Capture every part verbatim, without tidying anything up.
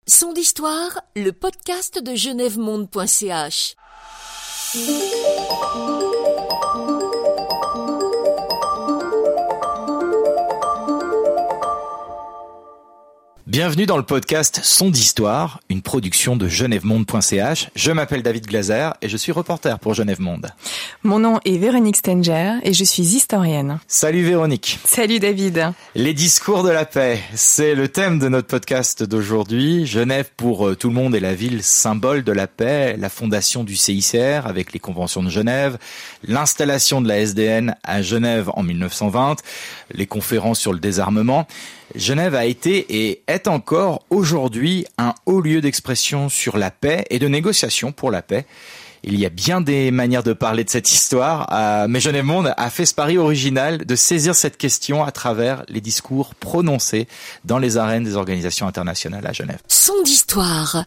Son d'histoire, le podcast de genève monde point c h. Bienvenue dans le podcast Son d'histoire, une production de genève monde point c h. Je m'appelle David Glaser et je suis reporter pour Genève Monde. Mon nom est Véronique Stenger et je suis historienne. Salut Véronique. Salut David. Les discours de la paix, c'est le thème de notre podcast d'aujourd'hui. Genève pour tout le monde est la ville symbole de la paix, la fondation du C I C R avec les conventions de Genève, l'installation de la S D N à Genève en mille neuf cent vingt, les conférences sur le désarmement. Genève a été et est encore aujourd'hui un haut lieu d'expression sur la paix et de négociation pour la paix. Il y a bien des manières de parler de cette histoire, euh, mais Genève Monde a fait ce pari original de saisir cette question à travers les discours prononcés dans les arènes des organisations internationales à Genève. Son d'histoire.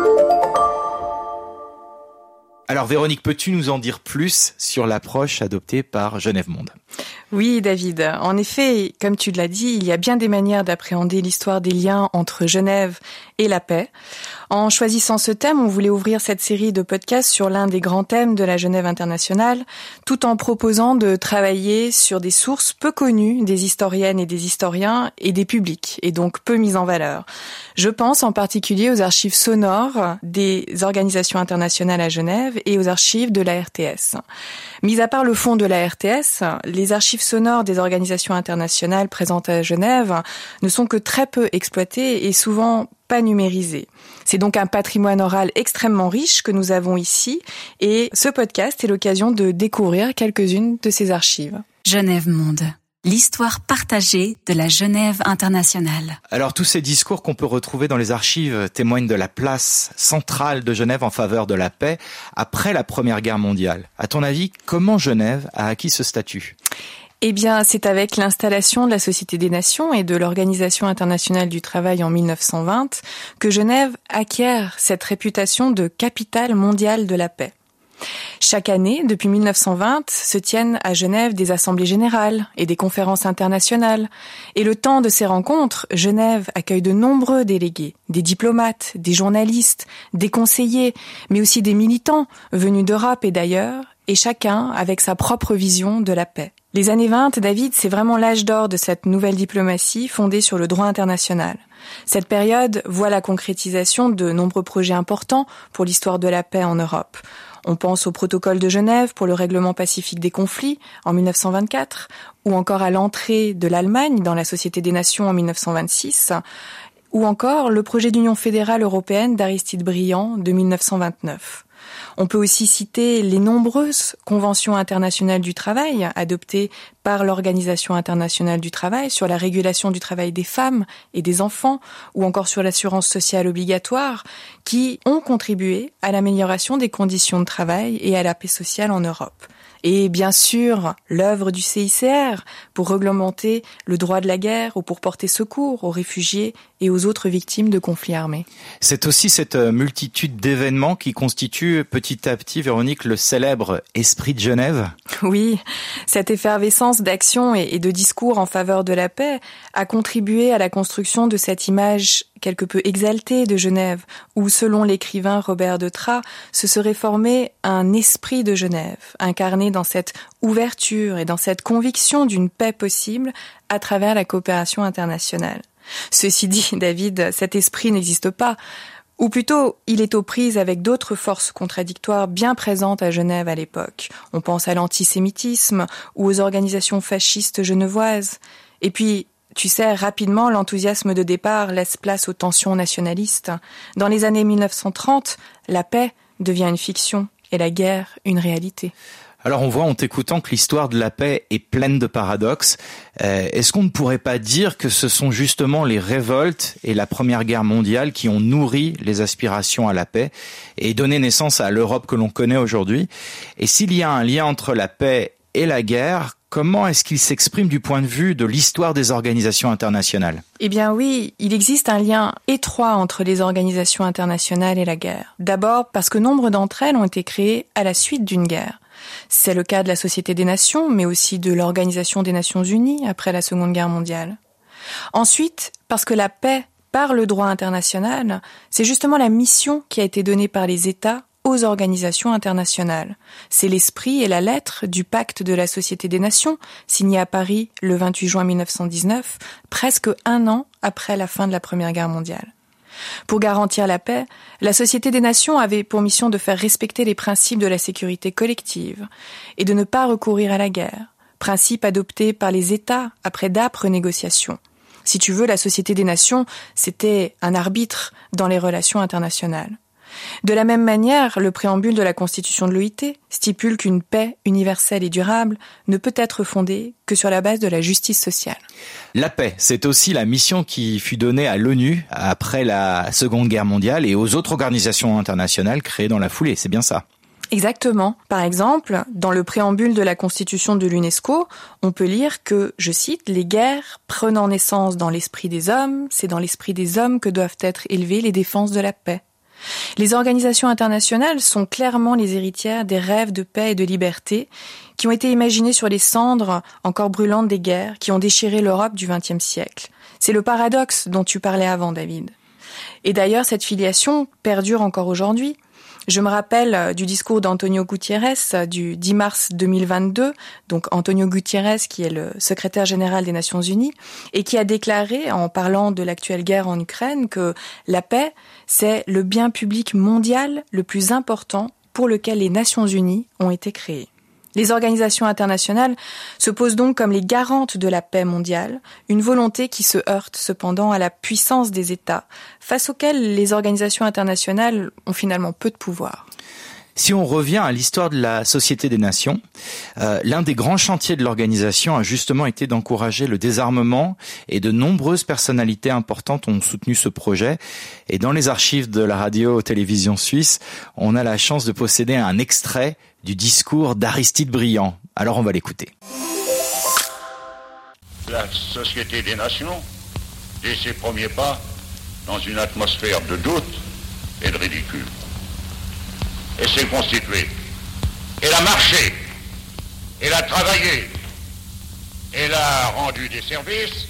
Alors Véronique, peux-tu nous en dire plus sur l'approche adoptée par Genève Monde ? Oui David, en effet, comme tu l'as dit, il y a bien des manières d'appréhender l'histoire des liens entre Genève et la paix. En choisissant ce thème, on voulait ouvrir cette série de podcasts sur l'un des grands thèmes de la Genève internationale, tout en proposant de travailler sur des sources peu connues des historiennes et des historiens et des publics, et donc peu mises en valeur. Je pense en particulier aux archives sonores des organisations internationales à Genève et aux archives de l'A R T S. Mis à part le fond de l'A R T S, les archives sonores des organisations internationales présentes à Genève ne sont que très peu exploitées et souvent pas numérisées. C'est donc un patrimoine oral extrêmement riche que nous avons ici et ce podcast est l'occasion de découvrir quelques-unes de ces archives. Genève Monde. L'histoire partagée de la Genève internationale. Alors tous ces discours qu'on peut retrouver dans les archives témoignent de la place centrale de Genève en faveur de la paix après la Première Guerre mondiale. À ton avis, comment Genève a acquis ce statut ? Eh bien, c'est avec l'installation de la Société des Nations et de l'Organisation internationale du travail en mille neuf cent vingt que Genève acquiert cette réputation de capitale mondiale de la paix. Chaque année, depuis mille neuf cent vingt, se tiennent à Genève des assemblées générales et des conférences internationales. Et le temps de ces rencontres, Genève accueille de nombreux délégués, des diplomates, des journalistes, des conseillers, mais aussi des militants venus d'Europe et d'ailleurs, et chacun avec sa propre vision de la paix. Les années vingt, David, c'est vraiment l'âge d'or de cette nouvelle diplomatie fondée sur le droit international. Cette période voit la concrétisation de nombreux projets importants pour l'histoire de la paix en Europe. On pense au protocole de Genève pour le règlement pacifique des conflits en mille neuf cent vingt-quatre, ou encore à l'entrée de l'Allemagne dans la Société des Nations en mille neuf cent vingt-six, ou encore le projet d'Union fédérale européenne d'Aristide Briand de mille neuf cent vingt-neuf. On peut aussi citer les nombreuses conventions internationales du travail adoptées par l'Organisation internationale du travail sur la régulation du travail des femmes et des enfants ou encore sur l'assurance sociale obligatoire qui ont contribué à l'amélioration des conditions de travail et à la paix sociale en Europe. Et bien sûr, l'œuvre du C I C R pour réglementer le droit de la guerre ou pour porter secours aux réfugiés et aux autres victimes de conflits armés. C'est aussi cette multitude d'événements qui constitue petit à petit, Véronique, le célèbre esprit de Genève. Oui, cette effervescence d'actions et de discours en faveur de la paix a contribué à la construction de cette image quelque peu exaltée de Genève, où, selon l'écrivain Robert de Trat, se serait formé un esprit de Genève, incarné dans cette ouverture et dans cette conviction d'une paix possible à travers la coopération internationale. Ceci dit, David, cet esprit n'existe pas. Ou plutôt, il est aux prises avec d'autres forces contradictoires bien présentes à Genève à l'époque. On pense à l'antisémitisme ou aux organisations fascistes genevoises. Et puis, tu sais, rapidement, l'enthousiasme de départ laisse place aux tensions nationalistes. Dans les années mille neuf cent trente, la paix devient une fiction et la guerre une réalité. Alors on voit en t'écoutant que l'histoire de la paix est pleine de paradoxes. Euh, est-ce qu'on ne pourrait pas dire que ce sont justement les révoltes et la Première Guerre mondiale qui ont nourri les aspirations à la paix et donné naissance à l'Europe que l'on connaît aujourd'hui ? Et s'il y a un lien entre la paix et la guerre, comment est-ce qu'il s'exprime du point de vue de l'histoire des organisations internationales ? Eh bien oui, il existe un lien étroit entre les organisations internationales et la guerre. D'abord parce que nombre d'entre elles ont été créées à la suite d'une guerre. C'est le cas de la Société des Nations, mais aussi de l'Organisation des Nations Unies après la Seconde Guerre mondiale. Ensuite, parce que la paix par le droit international, c'est justement la mission qui a été donnée par les États aux organisations internationales. C'est l'esprit et la lettre du pacte de la Société des Nations, signé à Paris le vingt-huit juin mille neuf cent dix-neuf, presque un an après la fin de la Première Guerre mondiale. Pour garantir la paix, la Société des Nations avait pour mission de faire respecter les principes de la sécurité collective et de ne pas recourir à la guerre, principe adopté par les États après d'âpres négociations. Si tu veux, la Société des Nations, c'était un arbitre dans les relations internationales. De la même manière, le préambule de la Constitution de l'O I T stipule qu'une paix universelle et durable ne peut être fondée que sur la base de la justice sociale. La paix, c'est aussi la mission qui fut donnée à l'ONU après la Seconde Guerre mondiale et aux autres organisations internationales créées dans la foulée, c'est bien ça ? Exactement. Par exemple, dans le préambule de la Constitution de l'UNESCO, on peut lire que, je cite, « Les guerres prenant naissance dans l'esprit des hommes, c'est dans l'esprit des hommes que doivent être élevées les défenses de la paix. » Les organisations internationales sont clairement les héritières des rêves de paix et de liberté qui ont été imaginés sur les cendres encore brûlantes des guerres qui ont déchiré l'Europe du vingtième siècle. C'est le paradoxe dont tu parlais avant, David. Et d'ailleurs, cette filiation perdure encore aujourd'hui. Je me rappelle du discours d'Antonio Gutiérrez du dix mars deux mille vingt-deux, donc Antonio Gutiérrez qui est le secrétaire général des Nations Unies et qui a déclaré en parlant de l'actuelle guerre en Ukraine que la paix, c'est le bien public mondial le plus important pour lequel les Nations Unies ont été créées. Les organisations internationales se posent donc comme les garantes de la paix mondiale, une volonté qui se heurte cependant à la puissance des États, face auxquels les organisations internationales ont finalement peu de pouvoir. Si on revient à l'histoire de la Société des Nations, euh, l'un des grands chantiers de l'organisation a justement été d'encourager le désarmement et de nombreuses personnalités importantes ont soutenu ce projet. Et dans les archives de la radio-télévision suisse, on a la chance de posséder un extrait du discours d'Aristide Briand. Alors on va l'écouter. La Société des Nations, dès ses premiers pas, dans une atmosphère de doute et de ridicule. Elle s'est constituée. Elle a marché. Elle a travaillé. Elle a rendu des services.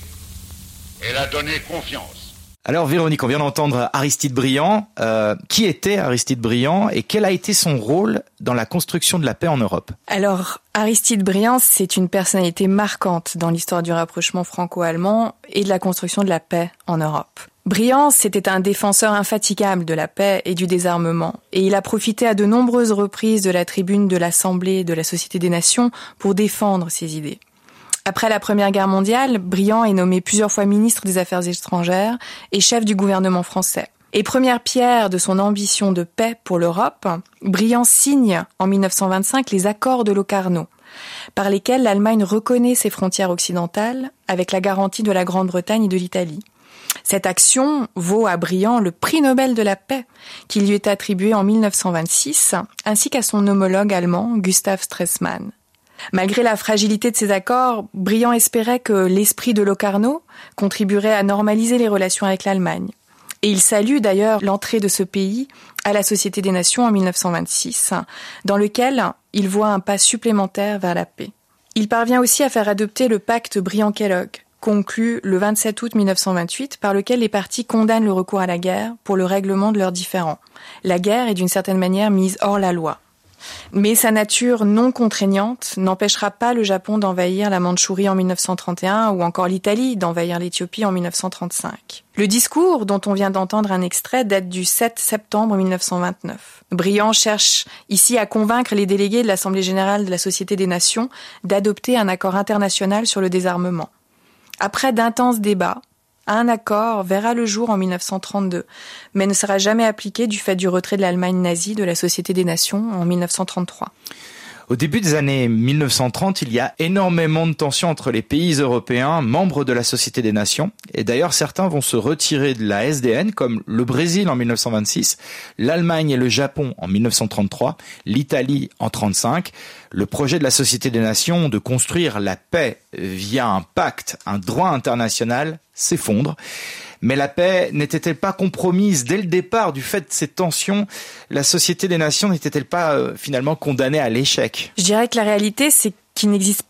Elle a donné confiance. Alors Véronique, on vient d'entendre Aristide Briand. Euh, qui était Aristide Briand et quel a été son rôle dans la construction de la paix en Europe ? Alors, Aristide Briand, c'est une personnalité marquante dans l'histoire du rapprochement franco-allemand et de la construction de la paix en Europe. Briand, c'était un défenseur infatigable de la paix et du désarmement, et il a profité à de nombreuses reprises de la tribune de l'Assemblée de la Société des Nations pour défendre ses idées. Après la Première Guerre mondiale, Briand est nommé plusieurs fois ministre des Affaires étrangères et chef du gouvernement français. Et première pierre de son ambition de paix pour l'Europe, Briand signe en mille neuf cent vingt-cinq les accords de Locarno, par lesquels l'Allemagne reconnaît ses frontières occidentales avec la garantie de la Grande-Bretagne et de l'Italie. Cette action vaut à Briand le prix Nobel de la paix, qui lui est attribué en mille neuf cent vingt-six, ainsi qu'à son homologue allemand Gustav Stresemann. Malgré la fragilité de ces accords, Briand espérait que l'esprit de Locarno contribuerait à normaliser les relations avec l'Allemagne. Et il salue d'ailleurs l'entrée de ce pays à la Société des Nations en mille neuf cent vingt-six, dans lequel il voit un pas supplémentaire vers la paix. Il parvient aussi à faire adopter le pacte Briand-Kellogg, conclu le vingt-sept août mille neuf cent vingt-huit, par lequel les parties condamnent le recours à la guerre pour le règlement de leurs différends. La guerre est d'une certaine manière mise hors la loi. Mais sa nature non contraignante n'empêchera pas le Japon d'envahir la Mandchourie en mille neuf cent trente et un ou encore l'Italie d'envahir l'Éthiopie en mille neuf cent trente-cinq. Le discours dont on vient d'entendre un extrait date du sept septembre mille neuf cent vingt-neuf. Briand cherche ici à convaincre les délégués de l'Assemblée générale de la Société des Nations d'adopter un accord international sur le désarmement. Après d'intenses débats, un accord verra le jour en mille neuf cent trente-deux, mais ne sera jamais appliqué du fait du retrait de l'Allemagne nazie de la Société des Nations en mille neuf cent trente-trois. Au début des années mille neuf cent trente, il y a énormément de tensions entre les pays européens, membres de la Société des Nations. Et d'ailleurs, certains vont se retirer de la S D N, comme le Brésil en mille neuf cent vingt-six, l'Allemagne et le Japon en mille neuf cent trente-trois, l'Italie en trente-cinq. Le projet de la Société des Nations de construire la paix via un pacte, un droit international, s'effondre. Mais la paix n'était-elle pas compromise dès le départ du fait de ces tensions ? La Société des Nations n'était-elle pas euh, finalement condamnée à l'échec ? Je dirais que la réalité, c'est qu'il n'existe pas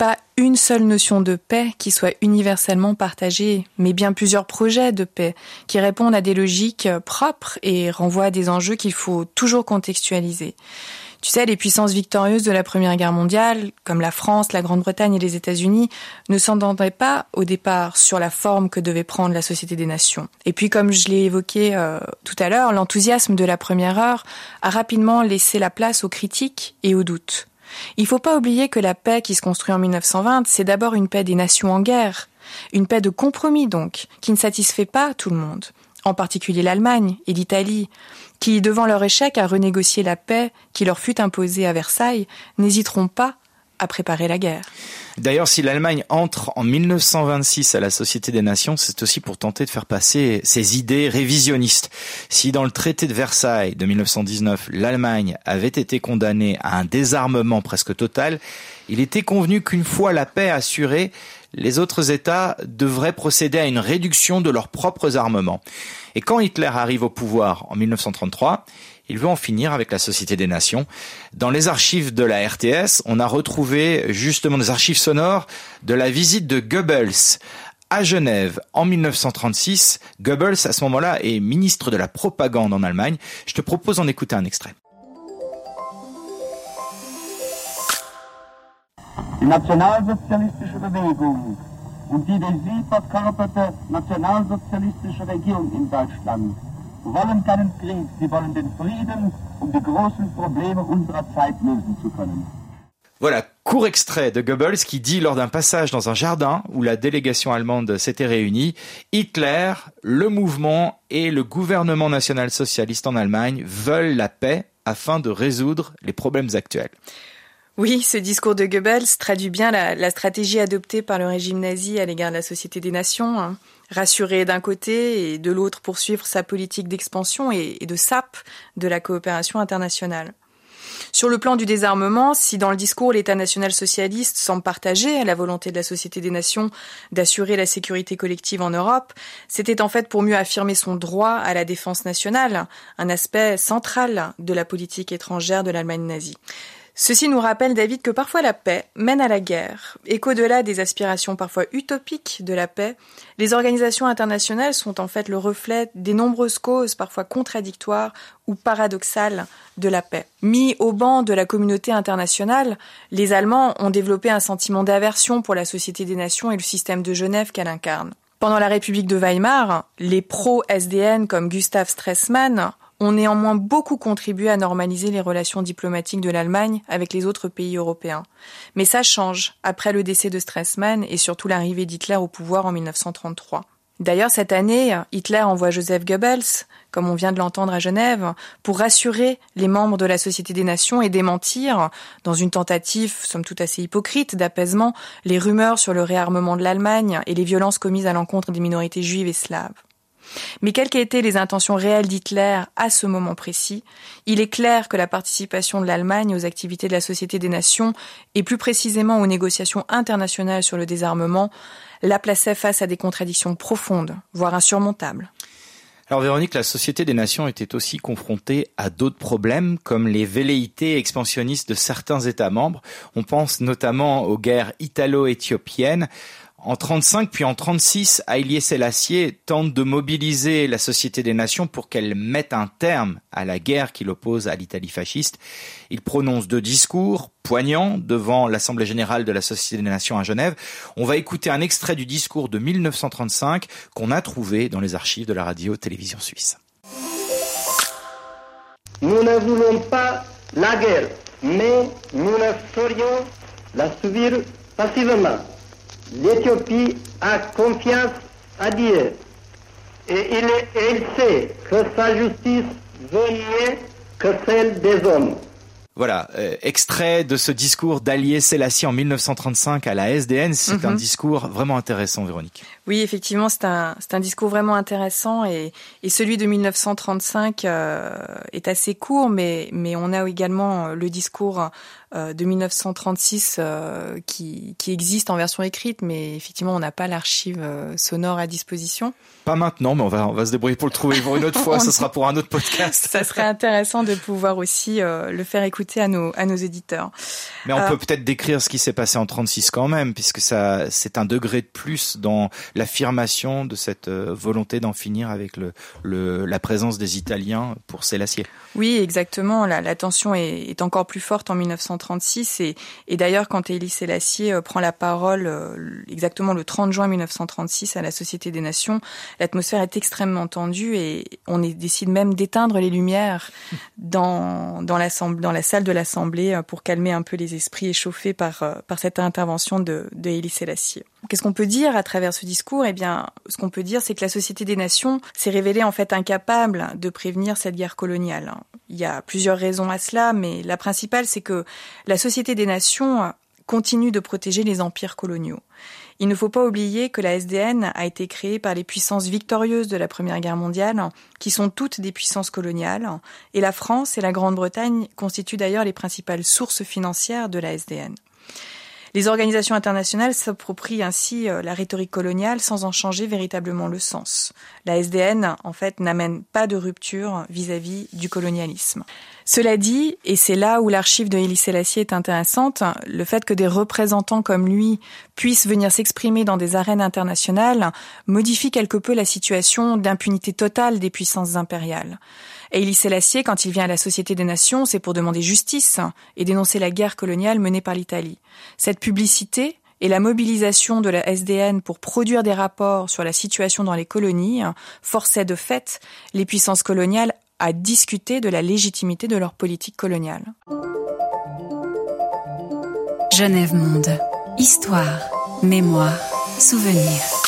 une seule notion de paix qui soit universellement partagée, mais bien plusieurs projets de paix qui répondent à des logiques propres et renvoient à des enjeux qu'il faut toujours contextualiser. Tu sais, les puissances victorieuses de la Première Guerre mondiale, comme la France, la Grande-Bretagne et les États-Unis, ne s'entendaient pas au départ sur la forme que devait prendre la Société des Nations. Et puis, comme je l'ai évoqué euh, tout à l'heure, l'enthousiasme de la première heure a rapidement laissé la place aux critiques et aux doutes. Il faut pas oublier que la paix qui se construit en mille neuf cent vingt, c'est d'abord une paix des nations en guerre. Une paix de compromis donc, qui ne satisfait pas tout le monde. En particulier l'Allemagne et l'Italie, qui, devant leur échec à renégocier la paix qui leur fut imposée à Versailles, n'hésiteront pas à préparer la guerre. D'ailleurs, si l'Allemagne entre en mille neuf cent vingt-six à la Société des Nations, c'est aussi pour tenter de faire passer ses idées révisionnistes. Si dans le traité de Versailles de mille neuf cent dix-neuf, l'Allemagne avait été condamnée à un désarmement presque total, il était convenu qu'une fois la paix assurée, les autres États devraient procéder à une réduction de leurs propres armements. Et quand Hitler arrive au pouvoir en mille neuf cent trente-trois, il veut en finir avec la Société des Nations. Dans les archives de la R T S, on a retrouvé justement des archives sonores de la visite de Goebbels à Genève en mille neuf cent trente-six. Goebbels, à ce moment-là, est ministre de la propagande en Allemagne. Je te propose d'en écouter un extrait. Die nationalsozialistische Bewegung und die durch sie verkörperte nationalsozialistische Regierung in Deutschland wollen keinen Krieg, sie wollen den Frieden, um die großen Probleme unserer Zeit lösen zu können. Voilà, court extrait de Goebbels qui dit lors d'un passage dans un jardin où la délégation allemande s'était réunie, Hitler, le mouvement et le gouvernement national-socialiste en Allemagne veulent la paix afin de résoudre les problèmes actuels. Oui, ce discours de Goebbels traduit bien la, la stratégie adoptée par le régime nazi à l'égard de la Société des Nations. Hein. Rassurer d'un côté et de l'autre poursuivre sa politique d'expansion et, et de sape de la coopération internationale. Sur le plan du désarmement, si dans le discours l'État national-socialiste semble partager la volonté de la Société des Nations d'assurer la sécurité collective en Europe, c'était en fait pour mieux affirmer son droit à la défense nationale, un aspect central de la politique étrangère de l'Allemagne nazie. Ceci nous rappelle, David, que parfois la paix mène à la guerre, et qu'au-delà des aspirations parfois utopiques de la paix, les organisations internationales sont en fait le reflet des nombreuses causes parfois contradictoires ou paradoxales de la paix. Mis au banc de la communauté internationale, les Allemands ont développé un sentiment d'aversion pour la Société des Nations et le système de Genève qu'elle incarne. Pendant la République de Weimar, les pro-S D N comme Gustav Stresemann ont néanmoins beaucoup contribué à normaliser les relations diplomatiques de l'Allemagne avec les autres pays européens. Mais ça change après le décès de Stresemann et surtout l'arrivée d'Hitler au pouvoir en mille neuf cent trente-trois. D'ailleurs, cette année, Hitler envoie Joseph Goebbels, comme on vient de l'entendre à Genève, pour rassurer les membres de la Société des Nations et démentir, dans une tentative, somme toute assez hypocrite, d'apaisement, les rumeurs sur le réarmement de l'Allemagne et les violences commises à l'encontre des minorités juives et slaves. Mais quelles qu'aient été les intentions réelles d'Hitler à ce moment précis, il est clair que la participation de l'Allemagne aux activités de la Société des Nations et plus précisément aux négociations internationales sur le désarmement la plaçait face à des contradictions profondes, voire insurmontables. Alors Véronique, la Société des Nations était aussi confrontée à d'autres problèmes comme les velléités expansionnistes de certains États membres. On pense notamment aux guerres italo-éthiopiennes. En trente-cinq puis en trente-six, Haïlé Sélassié tente de mobiliser la Société des Nations pour qu'elle mette un terme à la guerre qui l'oppose à l'Italie fasciste. Il prononce deux discours poignants devant l'Assemblée générale de la Société des Nations à Genève. On va écouter un extrait du discours de mille neuf cent trente-cinq qu'on a trouvé dans les archives de la radio-télévision suisse. Nous ne voulons pas la guerre, mais nous ne saurions la subir passivement. L'Éthiopie a confiance à Dieu et il, et il sait que sa justice vaut mieux que celle des hommes. Voilà, euh, extrait de ce discours d'Haïlé Sélassié en mille neuf cent trente-cinq à la S D N. C'est mm-hmm. un discours vraiment intéressant, Véronique. Oui, effectivement, c'est un, c'est un discours vraiment intéressant et, et celui de mille neuf cent trente-cinq euh, est assez court, mais, mais on a également le discours euh, de mille neuf cent trente-six euh, qui, qui existe en version écrite, mais effectivement, on n'a pas l'archive euh, sonore à disposition. Pas maintenant, mais on va, on va se débrouiller pour le trouver pour une autre fois. Ce sera pour un autre podcast. Ça serait intéressant de pouvoir aussi euh, le faire écouter écouter à nos à nos éditeurs. Mais on euh, peut peut-être décrire ce qui s'est passé en trente-six quand même, puisque ça c'est un degré de plus dans l'affirmation de cette volonté d'en finir avec le, le la présence des Italiens pour Sélassié. Oui, exactement. La, la tension est, est encore plus forte en mille neuf cent trente-six et, et d'ailleurs quand Haïlé Sélassié prend la parole euh, exactement le trente juin mille neuf cent trente-six à la Société des Nations, l'atmosphère est extrêmement tendue et on est, décide même d'éteindre les lumières dans dans l'assemblée, dans la salle de l'Assemblée pour calmer un peu les esprits échauffés par par cette intervention de, de Haïlé Sélassié. Qu'est-ce qu'on peut dire à travers ce discours ? Eh bien, ce qu'on peut dire, c'est que la Société des Nations s'est révélée en fait incapable de prévenir cette guerre coloniale. Il y a plusieurs raisons à cela, mais la principale, c'est que la Société des Nations continue de protéger les empires coloniaux. Il ne faut pas oublier que la S D N a été créée par les puissances victorieuses de la Première Guerre mondiale, qui sont toutes des puissances coloniales, et la France et la Grande-Bretagne constituent d'ailleurs les principales sources financières de la S D N. Les organisations internationales s'approprient ainsi la rhétorique coloniale sans en changer véritablement le sens. La S D N, en fait, n'amène pas de rupture vis-à-vis du colonialisme. Cela dit, et c'est là où l'archive de Haïlé Sélassié est intéressante, le fait que des représentants comme lui puissent venir s'exprimer dans des arènes internationales modifie quelque peu la situation d'impunité totale des puissances impériales. Haïlé Sélassié, quand il vient à la Société des Nations, c'est pour demander justice et dénoncer la guerre coloniale menée par l'Italie. Cette publicité et la mobilisation de la S D N pour produire des rapports sur la situation dans les colonies forçaient de fait les puissances coloniales à discuter de la légitimité de leur politique coloniale. Genève Monde. Histoire, mémoire, souvenir.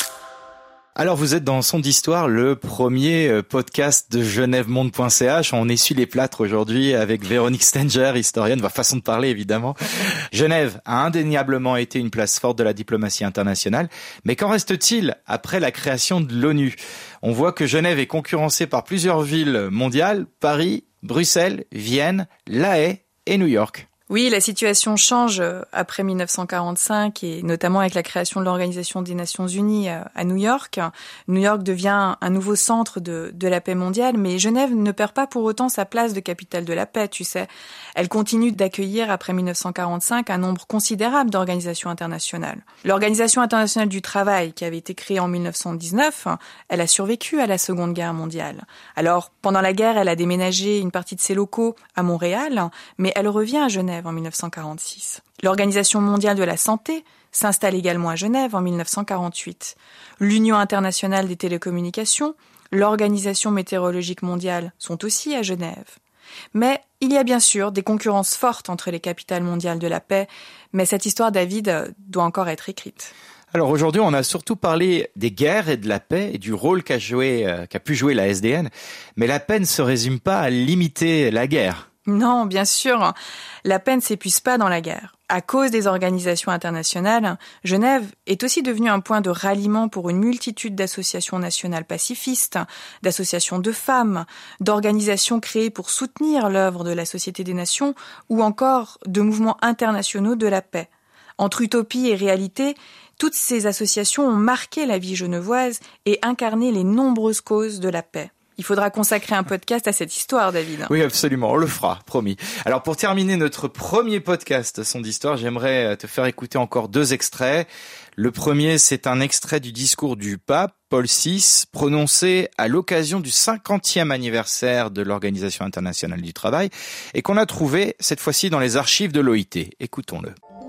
Alors vous êtes dans Son d'Histoire, le premier podcast de genève monde point c h. On essuie les plâtres aujourd'hui avec Véronique Stenger, historienne, bah, façon de parler évidemment. Genève a indéniablement été une place forte de la diplomatie internationale, mais qu'en reste-t-il après la création de l'ONU ? On voit que Genève est concurrencée par plusieurs villes mondiales, Paris, Bruxelles, Vienne, La Haye et New York. Oui, la situation change après mille neuf cent quarante-cinq et notamment avec la création de l'Organisation des Nations Unies à New York. New York devient un nouveau centre de, de la paix mondiale, mais Genève ne perd pas pour autant sa place de capitale de la paix, tu sais. Elle continue d'accueillir après mille neuf cent quarante-cinq un nombre considérable d'organisations internationales. L'Organisation internationale du travail, qui avait été créée en mille neuf cent dix-neuf, elle a survécu à la Seconde Guerre mondiale. Alors, pendant la guerre, elle a déménagé une partie de ses locaux à Montréal, mais elle revient à Genève en mille neuf cent quarante-six. L'Organisation mondiale de la santé s'installe également à Genève en mille neuf cent quarante-huit. L'Union internationale des télécommunications, l'Organisation météorologique mondiale sont aussi à Genève. Mais il y a bien sûr des concurrences fortes entre les capitales mondiales de la paix, mais cette histoire, David, doit encore être écrite. Alors aujourd'hui, on a surtout parlé des guerres et de la paix et du rôle qu'a joué, euh, qu'a pu jouer la S D N, mais la paix ne se résume pas à limiter la guerre. Non, bien sûr, la paix ne s'épuise pas dans la guerre. À cause des organisations internationales, Genève est aussi devenue un point de ralliement pour une multitude d'associations nationales pacifistes, d'associations de femmes, d'organisations créées pour soutenir l'œuvre de la Société des Nations ou encore de mouvements internationaux de la paix. Entre utopie et réalité, toutes ces associations ont marqué la vie genevoise et incarné les nombreuses causes de la paix. Il faudra consacrer un podcast à cette histoire, David. Oui, absolument, on le fera, promis. Alors pour terminer notre premier podcast Son d'Histoire, j'aimerais te faire écouter encore deux extraits. Le premier, c'est un extrait du discours du pape Paul six, prononcé à l'occasion du cinquantième anniversaire de l'Organisation internationale du travail, et qu'on a trouvé cette fois-ci dans les archives de l'O I T. Écoutons-le.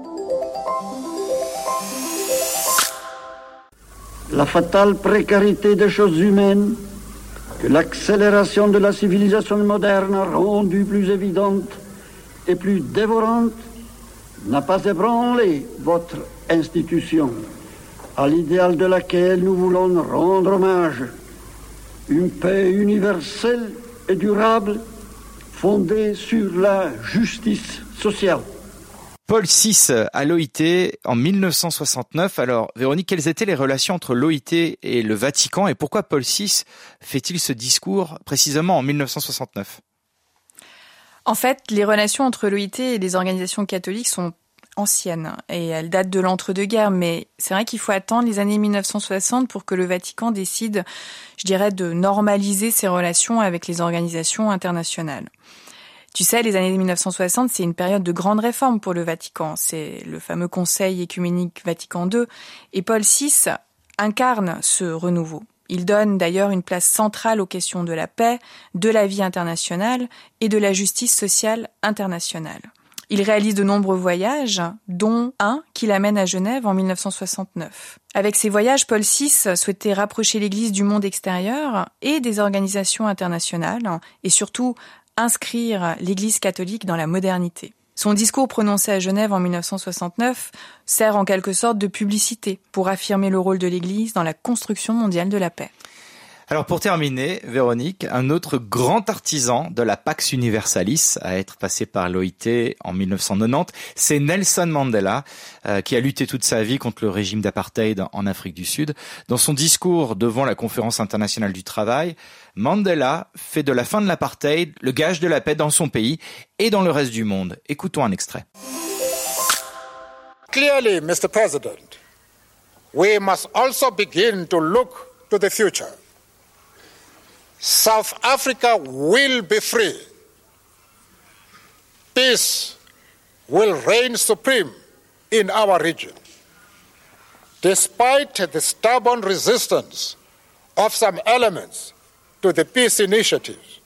La fatale précarité des choses humaines que l'accélération de la civilisation moderne a rendue plus évidente et plus dévorante n'a pas ébranlé votre institution, à l'idéal de laquelle nous voulons rendre hommage, une paix universelle et durable fondée sur la justice sociale. Paul six à l'O I T en mille neuf cent soixante-neuf. Alors, Véronique, quelles étaient les relations entre l'O I T et le Vatican et pourquoi Paul six fait-il ce discours précisément en mille neuf cent soixante-neuf ? En fait, les relations entre l'O I T et les organisations catholiques sont anciennes et elles datent de l'entre-deux-guerres, mais c'est vrai qu'il faut attendre les années mille neuf cent soixante pour que le Vatican décide, je dirais, de normaliser ses relations avec les organisations internationales. Tu sais, les années mille neuf cent soixante, c'est une période de grande réforme pour le Vatican. C'est le fameux Conseil œcuménique Vatican deux. Et Paul six incarne ce renouveau. Il donne d'ailleurs une place centrale aux questions de la paix, de la vie internationale et de la justice sociale internationale. Il réalise de nombreux voyages, dont un qui l'amène à Genève en mille neuf cent soixante-neuf. Avec ces voyages, Paul six souhaitait rapprocher l'Église du monde extérieur et des organisations internationales et surtout inscrire l'Église catholique dans la modernité. Son discours prononcé à Genève en mille neuf cent soixante-neuf sert en quelque sorte de publicité pour affirmer le rôle de l'Église dans la construction mondiale de la paix. Alors pour terminer, Véronique, un autre grand artisan de la Pax Universalis à être passé par l'O I T en mille neuf cent quatre-vingt-dix, c'est Nelson Mandela, euh, qui a lutté toute sa vie contre le régime d'apartheid en Afrique du Sud. Dans son discours devant la Conférence internationale du travail, Mandela fait de la fin de l'apartheid le gage de la paix dans son pays et dans le reste du monde. Écoutons un extrait. Clearly, Mister President, we must also begin to look to the future. South Africa will be free. Peace will reign supreme in our region. Despite the stubborn resistance of some elements to the peace initiatives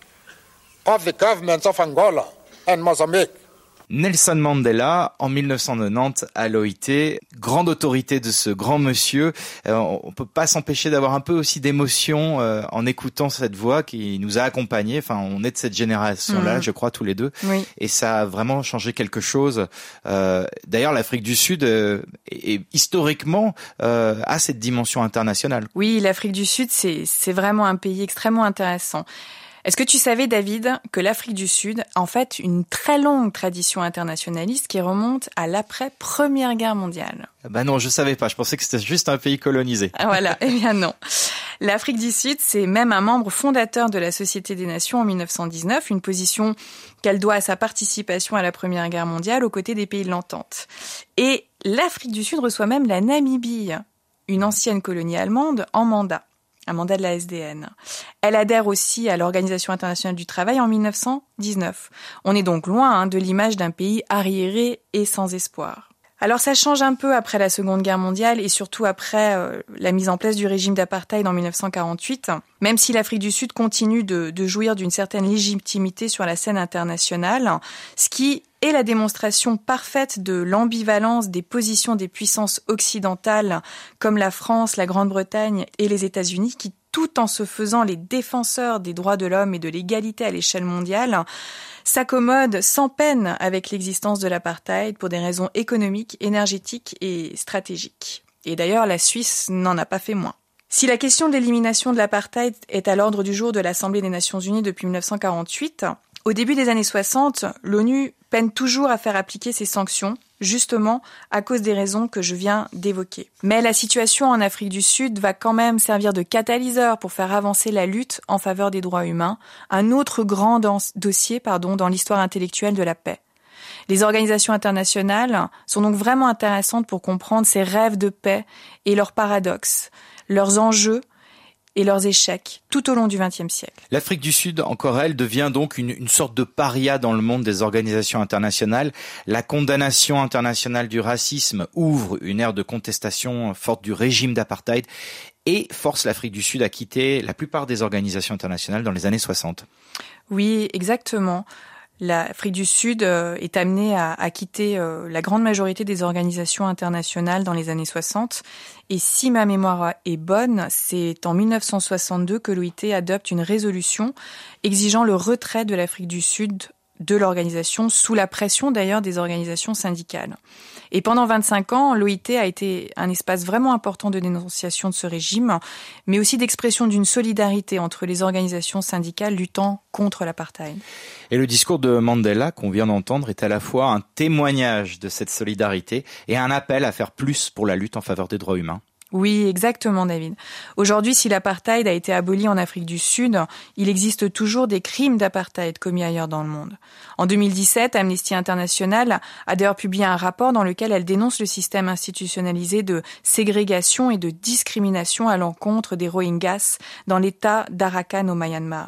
of the governments of Angola and Mozambique. Nelson Mandela, en mille neuf cent quatre-vingt-dix, à l'O I T, grande autorité de ce grand monsieur. Euh, on peut pas s'empêcher d'avoir un peu aussi d'émotion euh, en écoutant cette voix qui nous a accompagnés. Enfin, on est de cette génération-là, mmh. je crois, tous les deux. Oui. Et ça a vraiment changé quelque chose. Euh, d'ailleurs, l'Afrique du Sud, euh, est, est, historiquement, euh, a cette dimension internationale. Oui, l'Afrique du Sud, c'est, c'est vraiment un pays extrêmement intéressant. Est-ce que tu savais, David, que l'Afrique du Sud a en fait une très longue tradition internationaliste qui remonte à l'après-Première Guerre mondiale ? Bah non, je savais pas. Je pensais que c'était juste un pays colonisé. Ah voilà, eh bien non. L'Afrique du Sud, c'est même un membre fondateur de la Société des Nations en mille neuf cent dix-neuf, une position qu'elle doit à sa participation à la Première Guerre mondiale aux côtés des pays de l'Entente. Et l'Afrique du Sud reçoit même la Namibie, une ancienne colonie allemande, en mandat. Un mandat de la S D N. Elle adhère aussi à l'Organisation internationale du travail en mille neuf cent dix-neuf. On est donc loin hein, de l'image d'un pays arriéré et sans espoir. Alors ça change un peu après la Seconde Guerre mondiale et surtout après euh, la mise en place du régime d'apartheid en mille neuf cent quarante-huit, même si l'Afrique du Sud continue de, de jouir d'une certaine légitimité sur la scène internationale, ce qui est la démonstration parfaite de l'ambivalence des positions des puissances occidentales comme la France, la Grande-Bretagne et les États-Unis qui, tout en se faisant les défenseurs des droits de l'homme et de l'égalité à l'échelle mondiale, s'accommodent sans peine avec l'existence de l'apartheid pour des raisons économiques, énergétiques et stratégiques. Et d'ailleurs, la Suisse n'en a pas fait moins. Si la question de l'élimination de l'apartheid est à l'ordre du jour de l'Assemblée des Nations Unies depuis mille neuf cent quarante-huit, au début des années soixante, l'ONU peine toujours à faire appliquer ses sanctions, justement à cause des raisons que je viens d'évoquer. Mais la situation en Afrique du Sud va quand même servir de catalyseur pour faire avancer la lutte en faveur des droits humains, un autre grand dans- dossier pardon, dans l'histoire intellectuelle de la paix. Les organisations internationales sont donc vraiment intéressantes pour comprendre ces rêves de paix et leurs paradoxes, leurs enjeux et leurs échecs tout au long du vingtième siècle. L'Afrique du Sud, encore elle, devient donc une, une sorte de paria dans le monde des organisations internationales. La condamnation internationale du racisme ouvre une ère de contestation forte du régime d'apartheid et force l'Afrique du Sud à quitter la plupart des organisations internationales dans les années soixante. Oui, exactement. L'Afrique du Sud euh, est amenée à, à quitter euh, la grande majorité des organisations internationales dans les années soixante. Et si ma mémoire est bonne, c'est en mille neuf cent soixante-deux que l'O I T adopte une résolution exigeant le retrait de l'Afrique du Sud de l'organisation, sous la pression d'ailleurs des organisations syndicales. Et pendant vingt-cinq ans, l'O I T a été un espace vraiment important de dénonciation de ce régime, mais aussi d'expression d'une solidarité entre les organisations syndicales luttant contre l'apartheid. Et le discours de Mandela qu'on vient d'entendre est à la fois un témoignage de cette solidarité et un appel à faire plus pour la lutte en faveur des droits humains. Oui, exactement, David. Aujourd'hui, si l'apartheid a été aboli en Afrique du Sud, il existe toujours des crimes d'apartheid commis ailleurs dans le monde. En deux mille dix-sept, Amnesty International a d'ailleurs publié un rapport dans lequel elle dénonce le système institutionnalisé de ségrégation et de discrimination à l'encontre des Rohingyas dans l'état d'Arakan au Myanmar.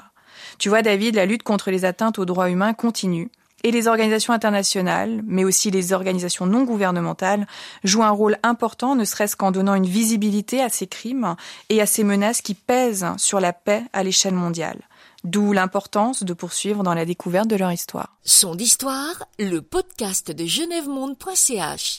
Tu vois, David, la lutte contre les atteintes aux droits humains continue. Et les organisations internationales, mais aussi les organisations non gouvernementales, jouent un rôle important, ne serait-ce qu'en donnant une visibilité à ces crimes et à ces menaces qui pèsent sur la paix à l'échelle mondiale. D'où l'importance de poursuivre dans la découverte de leur histoire. Son d'histoire, le podcast de genève monde point c h.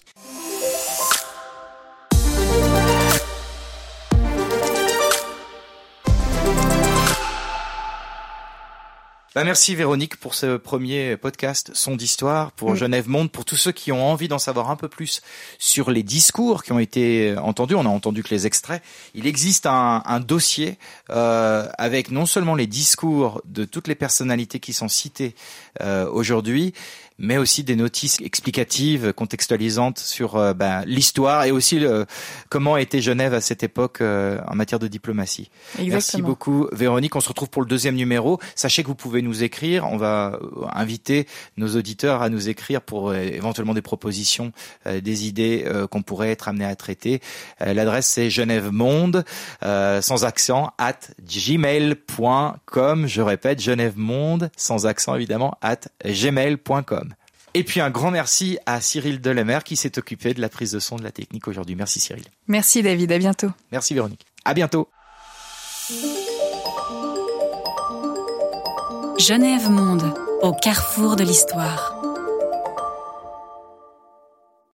Bah merci Véronique pour ce premier podcast Son d'histoire pour mmh. Genève Monde, pour tous ceux qui ont envie d'en savoir un peu plus sur les discours qui ont été entendus. On a entendu que les extraits. Il existe un, un dossier euh, avec non seulement les discours de toutes les personnalités qui sont citées euh, aujourd'hui, mais aussi des notices explicatives, contextualisantes sur euh, ben, l'histoire et aussi le, comment était Genève à cette époque euh, en matière de diplomatie. Exactement. Merci beaucoup Véronique. On se retrouve pour le deuxième numéro. Sachez que vous pouvez nous écrire. On va inviter nos auditeurs à nous écrire pour euh, éventuellement des propositions, euh, des idées euh, qu'on pourrait être amené à traiter. Euh, l'adresse c'est Genève Monde, euh, sans accent, at gmail point com. Je répète, Genève Monde, sans accent évidemment, at gmail point com. Et puis un grand merci à Cyril Delemer qui s'est occupé de la prise de son de la technique aujourd'hui. Merci Cyril. Merci David, à bientôt. Merci Véronique. À bientôt. Genève Monde, au carrefour de l'histoire.